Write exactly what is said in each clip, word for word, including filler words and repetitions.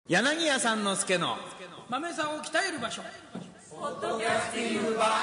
柳家さんの助の豆さんを鍛える場所。 ポッドキャスティングバー。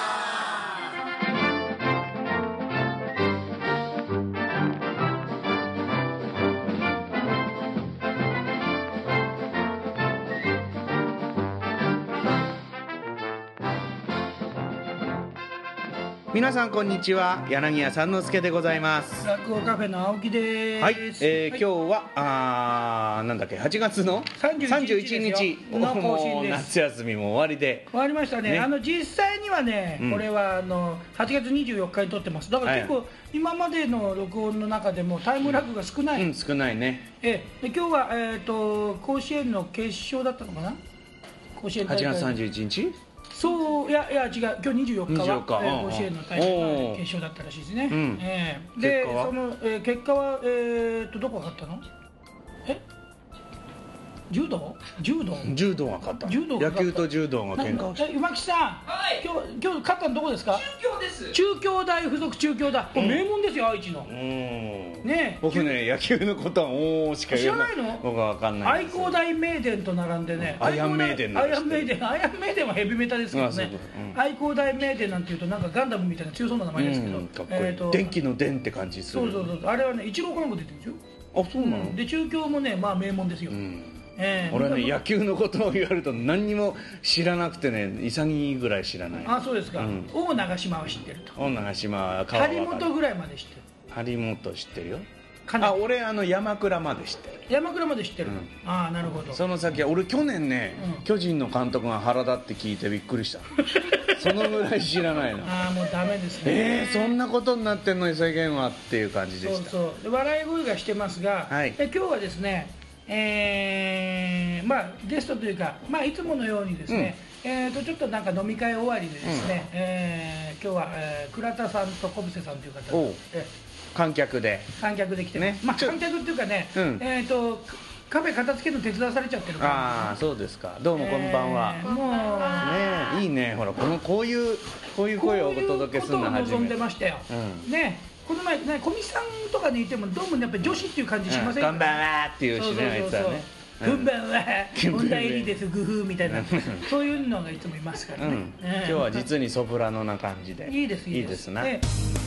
皆さんこんにちは、柳家さんの助でございます。 落語カフェの青木です。 はい、えーはい、今日はあなんだっけはちがつのさんじゅういちにちの更新です。 夏休みも終わりで終わりましたね。ね、あの実際にはね、うん、これはあのはちがつにじゅうよっかに撮ってます。だから結構、はい、今までの録音の中でもタイムラグが少ない、 うん、少ないね。 えで今日は、えー、と甲子園の決勝だったのかな。甲子園大会はちがつさんじゅういちにち、 そういやいや違う、今日にじゅうよっかはにじゅうよっか、 えー、甲子園の大会の決勝だったらしいですね。うん、えー、でその、えー、結果は、えー、とどこが勝ったの？え柔道柔道柔道が勝った。柔道が勝った。野球と柔道が喧嘩をした。 馬木さん、はい、今日今日勝ったのどこですか？ 中京です。 中京大附属中京大、うん、名門ですよ愛知の。うんね、僕ね野球のことはおーしか言わない。知らないの？僕は分かんない。 愛工大名電と並んでね、 アイアンメイデンアイアンメイデンアイアンメイデンはヘビメタですけどね、うん、愛工大名電なんていうとなんかガンダムみたいな強そうな名前ですけど、うん、 かっこいい、えー、と電気の電って感じする。 そうそうそう、あれはねイチローかなんか出てるんですよ。 あ、そうなの？ うん、で中京もねまあ名門ですよ。うん、 えー、俺はね野球のことを言われると何にも知らなくてね、潔いぐらい知らない。 あ、そうですか。うん、大長島は知ってると。 大長島は張本ぐらいまで知ってる。 張本知ってるよ。あ、俺あの山倉まで知ってる。 山倉まで知ってる、うん、ああなるほど。 その先は俺去年ね、うん、巨人の監督が原田って聞いてびっくりしたそのぐらい知らないの。 ああもうダメですね。 えー、そんなことになってんのに世間はっていう感じでした。 そうそう、笑い声がしてますが、はい、で今日はですね、えー、まあゲストというか、まあ、いつものようにですね、うん、えー、とちょっとなんか飲み会終わりでですね、うん、えー、今日は、えー、倉田さんと小布施さんという方で観客で観客で来てね、まあ、観客っていうかね、うん、えー、とカフェ片付けるの手伝わされちゃってるから、ね、 ああそうですか。どうもこんばんは。えー、もうねいいね、ほらこのこういうこういう声をお届けするの初めて。こういうことを望んでましたよ、うん、ね。この前ね小見さんとかにいてもどうもやっぱり女子っていう感じしませんか？こんばんはっていうしね、あいつはね。 こんばんは、本田入りです、グフみたいなそういうのがいつもいますからね。うん、 今日は実にソプラノな感じでいいですいいです、いいですな。え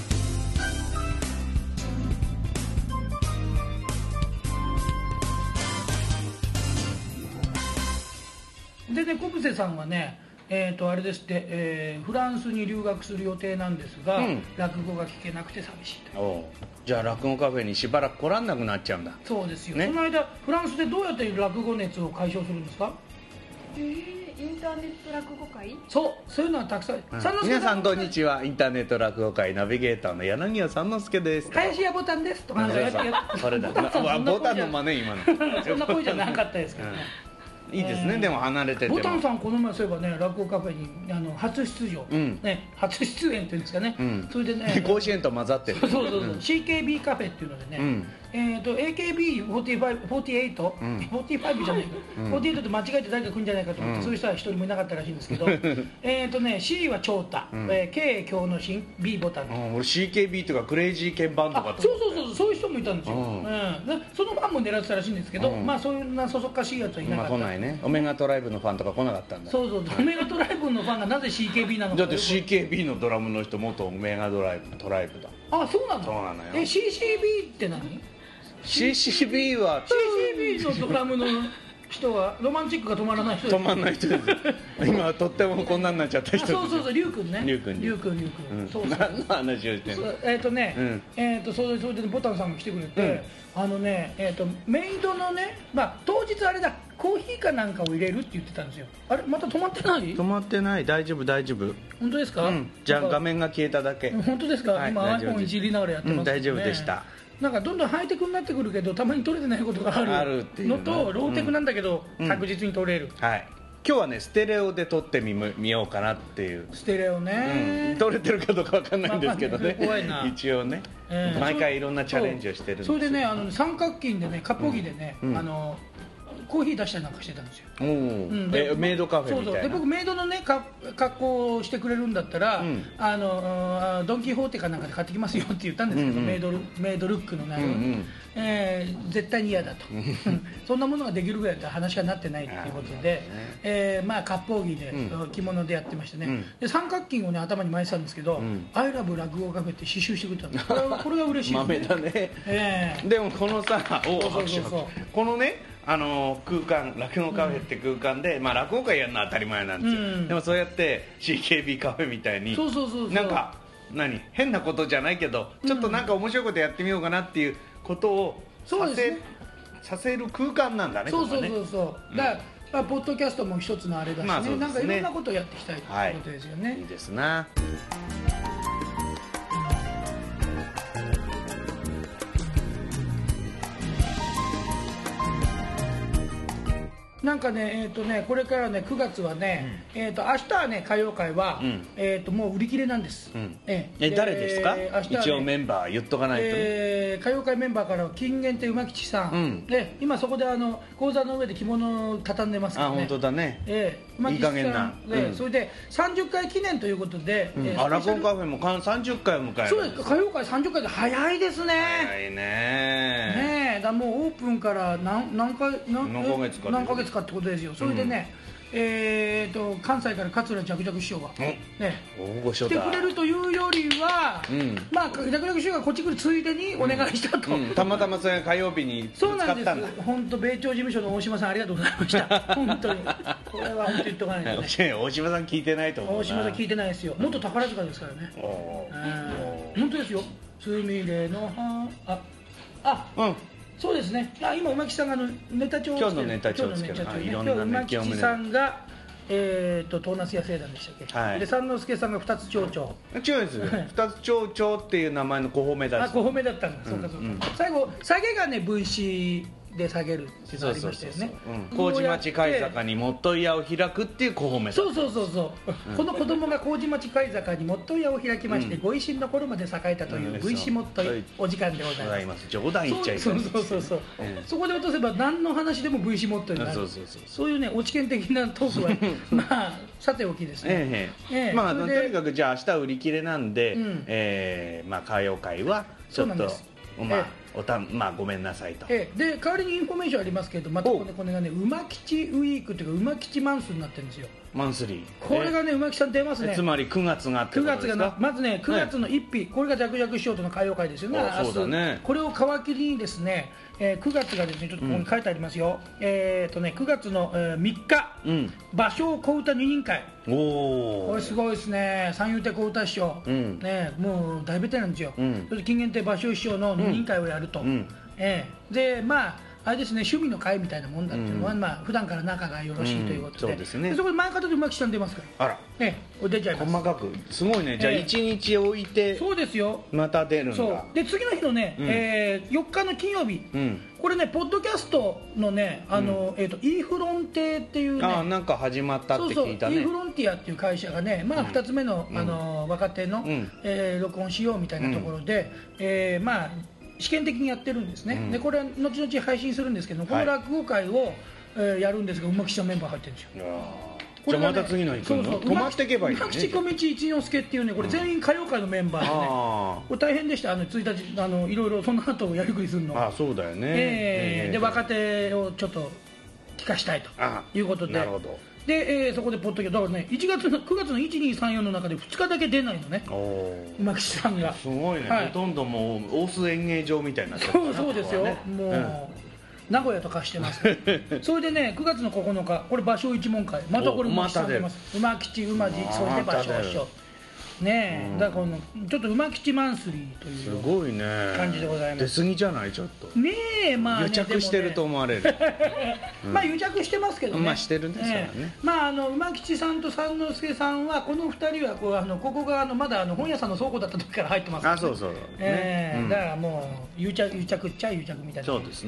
えでね、小布施さんはね、えー、とあれですって、えー、フランスに留学する予定なんですが、うん、落語が聞けなくて寂しいと。 おじゃあ落語カフェにしばらく来らんなくなっちゃうんだ。 そうですよ、ね、その間フランスでどうやって落語熱を解消するんですか？ えー、インターネット落語会？ そうそういうのはたくさん、うん、 皆さんこんにちは、インターネット落語会ナビゲーターの柳家三之助です。 林家ボタンですとかなんかやってそれだボタンの真似今のそんな声じゃなかったですけどね、うんいいですね、えー、でも離れててもボタンさんこの前そういえばね落語カフェにあの初出場、うん、ね、初出演っていうんですかね、うん、それでね甲子園と混ざってるそうそうそう、うん、シーケービー カフェっていうのでね、うん、えー、と エーケービーフォーティーファイブ フォーティーエイト、うん、フォーティーファイブじゃないか、うん、フォーティーエイトと間違えて誰か来るんじゃないかと思って、うん、そういう人は一人もいなかったらしいんですけどえっとね C は長太、うん、えー、K 京之進 B ボタン、 うん、俺 シーケービー とかクレイジーケンバンとかとそうそうそうそういう人もいたんですよ、うんうん、そのファンも狙ってたらしいんですけど、うん、まあそういうなそそっかしいやつはいなかった、 まあ、来ないね。オメガトライブのファンとか来なかったんだ。 そうそうオメガトライブのファンがなぜ シーケービー なのか。 だって シーケービー のドラムの人元オメガドライブトライブだ。 あ、そうなの？ そうなのよ。 え シーシービー って何？ シーシービー はシーシービー のドラムの人はロマンチックが止まらない人です。 止まらない人です今はとってもこんなになっちゃった人です。 そうそうそう、リュウ君ね。 リュウ君リュウ君リュウ君、うん、そうそう何の話をしてんの？ えっ、ー、とね、うん、えっ、ー、とそれでそれでボタンさんが来てくれて、うん、あのねえっ、ー、とメイドのね、まあ当日あれだコーヒーかなんかを入れるって言ってたんですよ。あれまた止まってない？ 止まってない、大丈夫大丈夫。 本当ですか？うん、 じゃあ画面が消えただけ。 本当ですか？はい、今 iPhone いじりながらやってます、ね、 うん、大丈夫でした。 なんかどんどんハイテクになってくるけどたまに撮れてないことがあるのとローテクなんだけど、うん、確実に撮れる、 はい。今日はねステレオで撮ってみみようかなっていう。 ステレオね、 うん、撮れてるかどうかわかんないんですけどね、まあ、怖いな一応ね、えー、毎回いろんなチャレンジをしてるんです。 それでねあの三角筋でねカポギでね、うん、あのコーヒー出したりなんかしてたんですよ。 うん、でメイドカフェみたいな。そうそう。 で僕メイドのねか格好をしてくれるんだったら、うん、あのドンキホーテかなんかで買ってきますよって言ったんですけど、うんうん、メイドルメイドルックの内容、うんうん、えー、絶対に嫌だとそんなものができるぐらいだったら話がなってないっていうことで、ねえー、まあ割烹着で、うん、着物でやってましてね、うん、で三角巾をね頭に巻いてたんですけど、うん、アイラブ落語カフェって刺繍してくれたんです。これはこれが嬉しいですね。 豆だね、えー、でもこのさおそうそうそうそうこのねあの空間落語カフェって空間で、うん、まあ落語会やるのは当たり前なんですよ、うん、でもそうやって シーケービー カフェみたいにそうそうそうそうなんか何変なことじゃないけどちょっとなんか面白いことやってみようかなっていうことをさせ、うんね、させる空間なんだね。 そうそうそうそう、うん、だからまあ、ポッドキャストも一つのあれだしね、まあそうですね、なんかいろんなことをやっていきたいということですよね、 はい、いいですな。 なんかね、えーとね、これからねくがつはね、うん、えーと明日はね歌謡会は、うん、えーともう売り切れなんです、うん、 ええ誰ですか、明日はね、一応メンバー言っとかないとね、 えー、歌謡会メンバーから金言って馬吉さん、うん、で今そこであの講座の上で着物を畳んでますからね。 あ本当だね、 えー、馬吉さんいい加減な、うん、それでさんじゅっかい記念ということで、 うんえー、あ落語カフェもさんじゅっかいを迎える。 そうです、歌謡会さんじゅっかいで早いですね。 早いねねえ、だもうオープンから何何回何何ヶ月か何ヶ月かってことですよ。それでね、うん、えーと関西から桂ジャクジャク師匠が、ね、来てくれるというよりは、うん、まあジャクジャク師匠がこっち来るついでにお願いしたと、 うんうん、たまたまそれ火曜日にそうなんです。本当米朝事務所の大島さんありがとうございました本当にこれは本当言っとかないとね大島さん聞いてないと思うな。 大島さん聞いてないですよ。元宝塚ですからね、うん、本当ですよ。すみれのあああ、うんそうですね。あ今馬吉さんがのネタ帳を今日のネタ帳をつける。 今日の馬吉さんがえーとトーナス屋聖団でしたっけ。はい、で三之助さんが二つ町長。 違うんですよ。二つ町長っていう名前の小褒めだ。 あ小褒めだったんだ。そうかそうか。最後下げがね分子で下げるっていうのありましたよね。 麹町貝坂にもっと屋を開くっていう小褒め。 そうそうそうそう。この子供が麹町貝坂にもっと屋を開きまして、ご維新の頃まで栄えたという分子もっとお時間でございます。 冗談言っちゃいそうそうそうそう。そこで落とせば何の話でも分子もっとになる。そういうね落ち見的なトークはまあさておきですね。 まあとにかくじゃあ明日売り切れなんで、えまあ歌謡会はちょっとまあおたまあごめんなさいと、 ええ、で代わりにインフォメーションありますけど、またこれこれがね馬吉ウィークっていうか馬吉マンスになってるんですよ。 マンスリーこれがね馬吉さん出ますね。 つまりくがつがってことですか。くがつがまずねくがつのいっ日、これがジャクジャク師匠との歌謡会ですよね。 そうだね。 これを皮切りにですね、えー、くがつがですねちょっとここに書いてありますよ、うん、えっとねくがつの、えー、みっか、うん、芭蕉小唄二人会。おこれすごいですね。三遊亭小唄師匠、うん、ねもう大ベテランですよ、うん、それで金言亭芭蕉師匠の二人会をやると、うんうんええ、でまああれですね趣味の会みたいなもんだっていうのは、うん、まあ普段から仲がよろしいということで、うん、そうですね。でそこで前方で馬吉さん出ますから。 あら、 ええ、出ちゃいます。 細かくすごいね。じゃあ一日置いて、 そうですよ。 また出るんだ。 そうで次の日のね、うんえー、よっかの金曜日、うん、これねポッドキャストのねあの、うん、えっ、ー、とイーフロンテっていうねあなんか始まったって聞いたね。 そうそうイーフロンティアっていう会社がねまあふたつめの、うん、あの若手の、うんえー、録音しようみたいなところで、うんえー、まあ試験的にやってるんですね、うん、でこれは後々配信するんですけどこの落語会を、はいえー、やるんですが馬吉さんメンバー入ってるんですよ。 これね、じゃあまた次の日来るの泊まっていけばいいね。 馬吉小道一之輔っていうねこれ全員歌謡界のメンバーでね、うん、これ大変でした。あのついたちあのいろいろその後やりくりするの。 あそうだよね、 えーえー、で若手をちょっと聞かしたいということで。 なるほど。 で、えー、そこでポッドキャストだからねいちがつのくがつのいちにさんよんの中でふつかだけ出ないのね馬吉さんが。 すごいね、はい、ほとんどもう大須演芸場みたいになってる。 そうそうですよ、ね、もう、うん、名古屋とかしてますそれでねくがつのここのかこれ芭蕉一門会またこれ馬吉さん出ます。馬吉馬路それで芭蕉師匠ねえ、うん、だからこのちょっと馬吉マンスリーというすごいね感じでございます。 出過ぎじゃないちょっとねえまあ、ね、 癒着してると思われる、ねうん、まあ癒着してますけどね。 まあしてるんですからね、 えー、まああの馬吉さんと三之助さんはこのふたりはこうあのここがあのまだあの本屋さんの倉庫だった時から入ってますから、ね、 あそうそう、ねえーうん、 だからもう癒着癒着っちゃ癒着みたいな。 そうですね、はい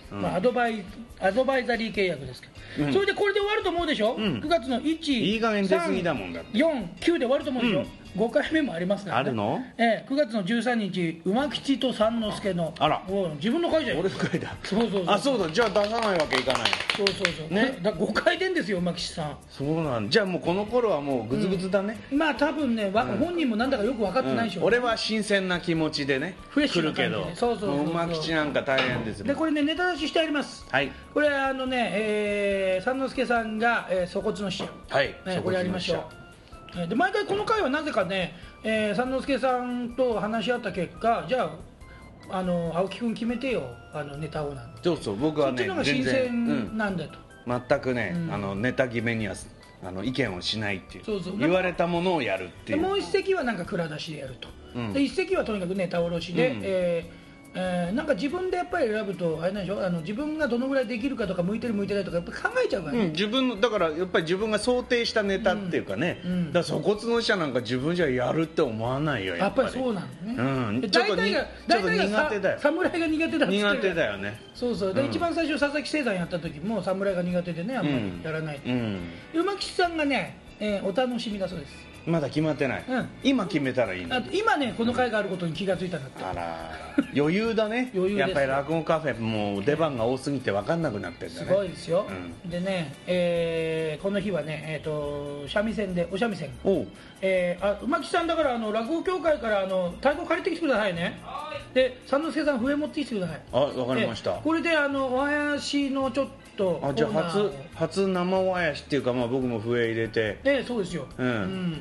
まあ、アドバイアドバイザリー契約ですけど、それでこれで終わると思うでしょ、くがつのいち、 いい加減出過ぎだもんだって、 よん、きゅうで終わると思うでしょ、ごかいめもありますからね。 あるの？ ええ、くがつのじゅうさんにち、馬吉と三之助の、 あら、 自分の会じゃん。 俺の会だ。 そうそうそう。 あ、そうだ、じゃあ出さないわけいかない。 そうそうそう。ね、だごかいでんですよ、馬吉さん。 そうなん、じゃあもうこの頃はもうグズグズだね。 まあ多分ね、本人もなんだかよく分かってないでしょ。 俺は新鮮な気持ちでね、 フレッシュな来るけど、 そうそうそう。 馬吉なんか大変です。 でこれね、ネタ出ししてあります。 はい。 これあのね、えー、三之助さんが、えー、粗骨の使者。 はい。 ね、これやりましょう。で毎回この回はなぜかね、えー、三之助さんと話し合った結果、じゃああの青木君決めてよ、あのネタをなんて。 そうそう、僕はね、 そっちの方が新鮮なんだと。 うん、全くね、うん、あのネタ決めにはあの意見をしないっていう。 そうそう、 言われたものをやるっていう。 もう一席はなんか蔵出しでやると。うん、で一席はとにかくネタ卸しで。うん、えーえー、なんか自分でやっぱり選ぶとあれなんでしょ、あの自分がどのぐらいできるかとか向いてる向いてないとかやっぱ考えちゃうからね、うん、 自分のだからやっぱり自分が想定したネタっていうかね、うんうん、だから粗骨の使者なんか自分じゃやるって思わないよやっぱり。 やっぱりそうなのね、 うん、ちょっと苦手だよ。 侍が苦手だっつって苦手だよね。 そうそうで、うん、一番最初佐々木清山やった時も侍が苦手でねあんまりやらない、うんうん、馬吉さんがね、えー、お楽しみだそうです。 まだ決まってない、うん、今決めたらいいの。 今ねこの会があることに気がついたんだって。あら余裕だね。余裕です。やっぱり落語カフェもう出番が多すぎて分かんなくなってるんだね。 すごいですよ、うん、でね、えー、この日はね、えー、と三味線でお三味線、えー、あ馬吉さんだからあの落語協会からあの太鼓借りてきてくださいね。で三之助さん笛持ってきてください。 あ、分かりました。 これであのお囃子のちょっとあ、じゃあ初初生お囃子っていうか、まあ、僕も笛入れて。 でそうですよ、うんうん、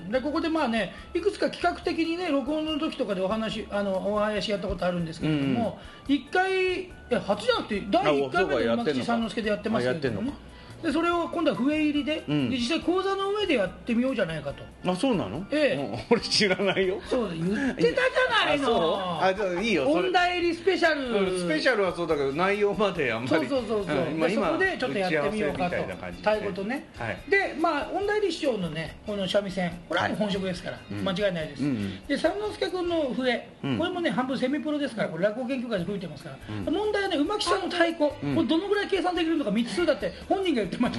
でここでまあねいくつか企画的にね録音の時とかでお話あのお囃子やったことあるんですけれども、いっかいいや初じゃなくてだいいっかいめで馬吉三之助でやってますけどね。でそれを今度は笛入りで、うん、で実際講座の上でやってみようじゃないかと。 あ、そうなの？ ええ、 俺知らないよ。 そう言ってたじゃないの。 あ、じゃあいいよ。 音大入りスペシャル。 スペシャルはそうだけど内容まであんまり。 そうそうそうそう。うん、まあ、そこでちょっとやってみようかと。太鼓とね。はい、でまあ音大入り師匠のねこの三味線これはもう本職ですから、はい、間違いないです。うん、で三之助君の笛、うん、これもね半分セミプロですからこれ落語研究会で吹いてますから。うん、問題はね馬吉さんの太鼓、うん、これどのぐらい計算できるのか未知数だって本人が言ってました。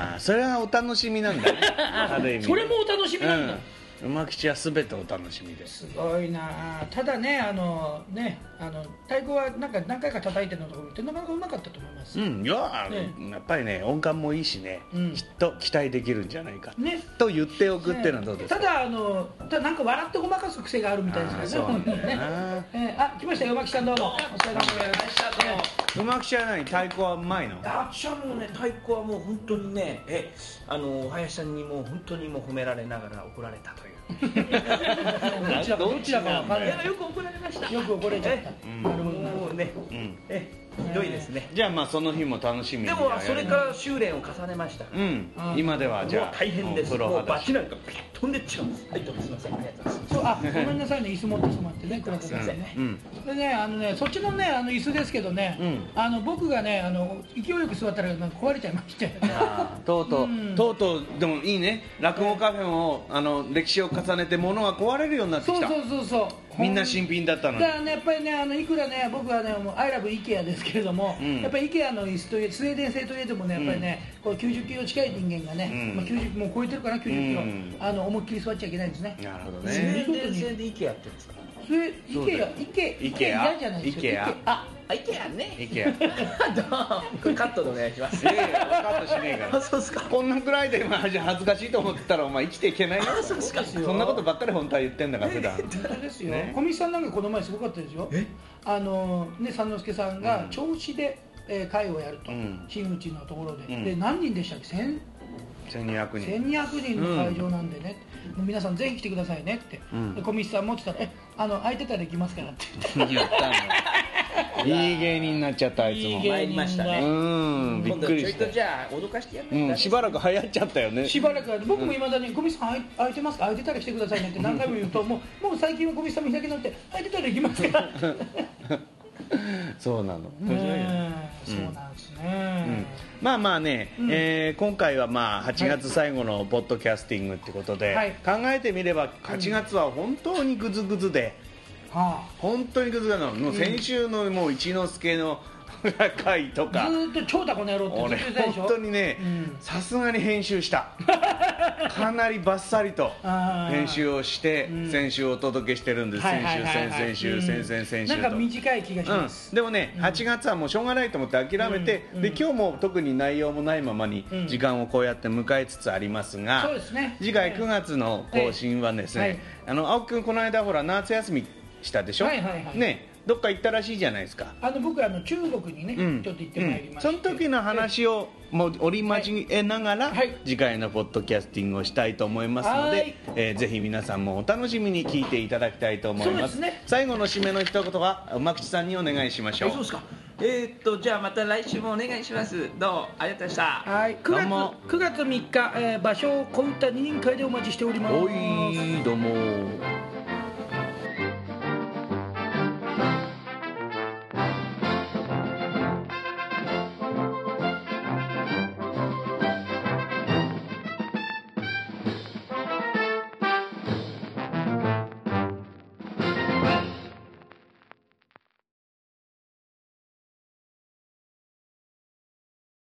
あ、それはお楽しみなんだね。ある意味それもお楽しみなんだ。 うん、馬吉は全てお楽しみです。 すごいな。ただねあのねあの太鼓はなんか何回か叩いてるのとか見てなかなかうまかったと思います。 うん、いや、ね、やっぱりね音感もいいしね、うん、きっと期待できるんじゃないか、ね、と言っておくっていうのはどうですか。 ね、ただあのただなんか笑ってごまかす癖があるみたいですからね。そうね。えー、あ、来ましたよ馬吉さんどうも。お疲れ様でした。 馬吉は何太鼓はうまいの？ 私はもうね太鼓はもう本当にねえあの林さんにもう本当にもう褒められながら怒られたという。 どちらかわかんない。 よく怒られました。 よく怒られちゃった。なるほど。 もうね、えひどいですね。 じゃあまあその日も楽しみに。 でもそれから修練を重ねました。 うん。今ではじゃあ大変です。もうバチなんかピッ飛んでっちゃうんです。はい、どうもすみません。ありがとうございます。 あ、ごめんなさいね、椅子持ってしまってね、倉田先生ね。でね、あのね、そっちのね、あの椅子ですけどね、あの僕がね、あの勢いよく座ったらなんか壊れちゃいまして。 とうとう、とうとうでもいいね。落語カフェもあの歴史を重ねて物が壊れるようになってきた。 そうそうそうそう。 みんな新品だったのに。 だからね、やっぱりね、あのいくらね、僕はね、もうアイラブイケアですけれども、やっぱりイケアの椅子といえ、スウェーデン製といえどもね、やっぱりね、こうきゅうじゅっキロ近い人間がね、まあきゅうじゅうもう超えてるかな、きゅうじゅっキロ、あの思いっきり座っちゃいけないんですね。 なるほどね。 スウェーデン製でイケアって言うんですか。 それイケア、イケイケアじゃないですか。 イケア。 あ、イケアね。 イケア。 これカットでお願いします。 いやいやカットしねえから。 そうですか。 こんなくらいでまあ恥ずかしいと思ってたらお前生きていけないよ。 そうですか。 そんなことばっかり本当は言ってんだから普段。 本当ですよ。小道さんなんかこの前すごかったですよ。あのね三之助さんが銚子で会をやると、真打ちのところで、で何人でしたっけ？千千二百人。 千二百人の会場なんでね。皆さんぜひ来てくださいねって、で小道さん持ってたら「えあの空いてたら行きますから」って言って言ったの。いい芸人になっちゃったあいつも。 参りましたね。 うんびっくりした。 ちょいとじゃあ脅かしてやる。 うんしばらく流行っちゃったよね。 しばらく僕もいまだに「小道さん空いてますか？空いてたら来てくださいね」って何回も言うともうもう最近は小道さんも開き直って「空いてたら行きますから」 そうなの。 面白いよね。そうなんですね。 まあまあね、えー、今回はまあはちがつ最後のポッドキャスティングってことで、はい、考えてみればはちがつは本当にグズグズで、うん、本当にグズグズなの。もう先週のもう一之輔の会とかずーっと超だこの野郎ってずっと言ってたでしょ。 俺本当にねさすがに編集したかなりバッサリと編集をして、うん、先週お届けしてるんです。先週先々週、うん、先々先週となんか短い気がします、 うん、でもね、うん、はちがつはもうしょうがないと思って諦めて、うん、で今日も特に内容もないままに時間をこうやって迎えつつありますが、 そうですね、 次回くがつの更新はですね、はいはい、あの青木くんこの間ほら夏休みしたでしょ、はいはいはい、ね、どっか行ったらしいじゃないですか。 あの僕あの中国にね、うん、ちょっと行ってまいりまして、 うん、その時の話をもう織り交えながら、はい、次回のポッドキャスティングをしたいと思いますので、はい、えー、ぜひ皆さんもお楽しみに聞いていただきたいと思います。そうですね、最後の締めの一言は馬口さんにお願いしましょう。 そうですか。えー、っとじゃあまた来週もお願いします。どうもありがとうございました。 はい、くがつくがつみっか、えー、場所小唄二人会でお待ちしております。 おいどうも。